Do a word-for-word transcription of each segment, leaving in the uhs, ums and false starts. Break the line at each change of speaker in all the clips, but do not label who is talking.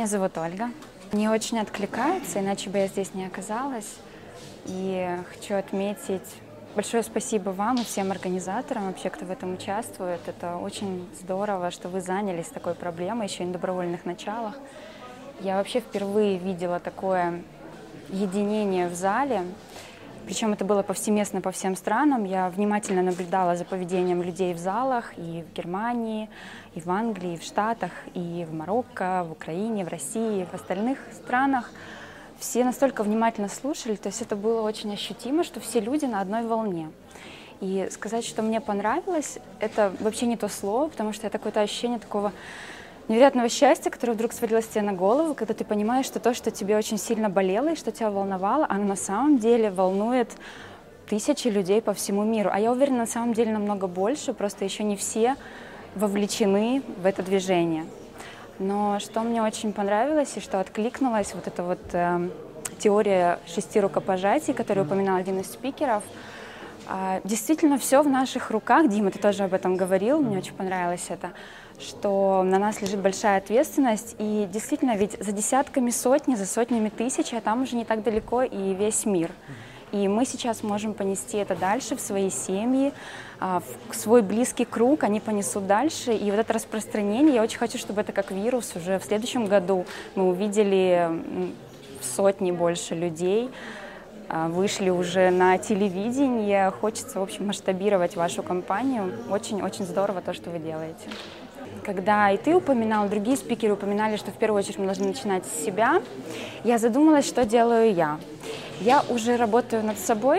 Меня зовут Ольга. Мне очень откликается, иначе бы я здесь не оказалась. И хочу отметить большое спасибо вам и всем организаторам, вообще, кто в этом участвует. Это очень здорово, что вы занялись такой проблемой, еще и на добровольных началах. Я вообще впервые видела такое единение в зале. Причем это было повсеместно по всем странам. Я внимательно наблюдала за поведением людей в залах и в Германии, и в Англии, и в Штатах, и в Марокко, в Украине, в России, в остальных странах. Все настолько внимательно слушали, то есть это было очень ощутимо, что все люди на одной волне. И сказать, что мне понравилось, это вообще не то слово, потому что это какое-то ощущение такого невероятного счастья, которое вдруг свалилось тебе на голову, когда ты понимаешь, что то, что тебе очень сильно болело и что тебя волновало, оно на самом деле волнует тысячи людей по всему миру. А я уверена, на самом деле намного больше, просто еще не все вовлечены в это движение. Но что мне очень понравилось и что откликнулось, вот эта вот э, теория шести рукопожатий, которую упоминал один из спикеров. Э, действительно, все в наших руках. Дима, ты тоже об этом говорил, мне очень понравилось это, что на нас лежит большая ответственность. И действительно, ведь за десятками сотни, за сотнями тысяч, а там уже не так далеко и весь мир. И мы сейчас можем понести это дальше в свои семьи, в свой близкий круг, они понесут дальше. И вот это распространение, я очень хочу, чтобы это как вирус уже в следующем году мы увидели сотни больше людей, вышли уже на телевидение. Хочется, в общем, масштабировать вашу компанию. Очень-очень здорово то, что вы делаете. Когда и ты упоминал, другие спикеры упоминали, что в первую очередь мы должны начинать с себя, я задумалась, что делаю я. Я уже работаю над собой.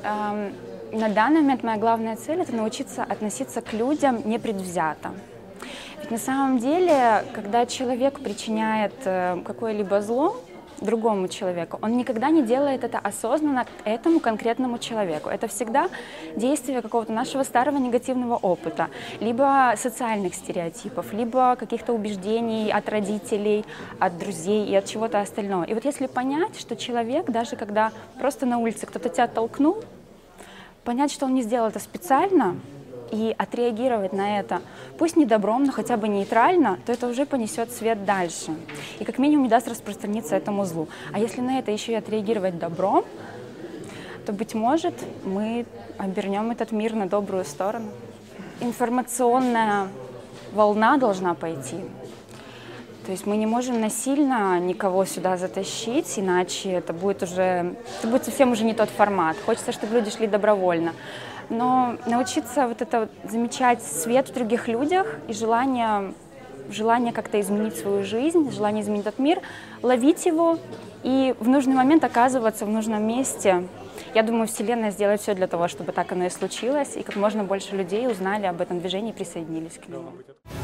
На данный момент моя главная цель – это научиться относиться к людям непредвзято. Ведь на самом деле, когда человек причиняет какое-либо зло другому человеку, он никогда не делает это осознанно этому конкретному человеку. Это всегда действие какого-то нашего старого негативного опыта, либо социальных стереотипов, либо каких-то убеждений от родителей, от друзей и от чего-то остального. И вот если понять, что человек, даже когда просто на улице кто-то тебя толкнул, понять, что он не сделал это специально, и отреагировать на это, пусть не добром, но хотя бы нейтрально, то это уже понесет свет дальше. И как минимум не даст распространиться этому злу. А если на это еще и отреагировать добром, то, быть может, мы обернем этот мир на добрую сторону. Информационная волна должна пойти. То есть мы не можем насильно никого сюда затащить, иначе это будет уже, это будет совсем уже не тот формат. Хочется, чтобы люди шли добровольно. Но научиться вот это вот замечать свет в других людях и желание, желание как-то изменить свою жизнь, желание изменить этот мир, ловить его и в нужный момент оказываться в нужном месте. Я думаю, Вселенная сделает все для того, чтобы так оно и случилось, и как можно больше людей узнали об этом движении и присоединились к нему.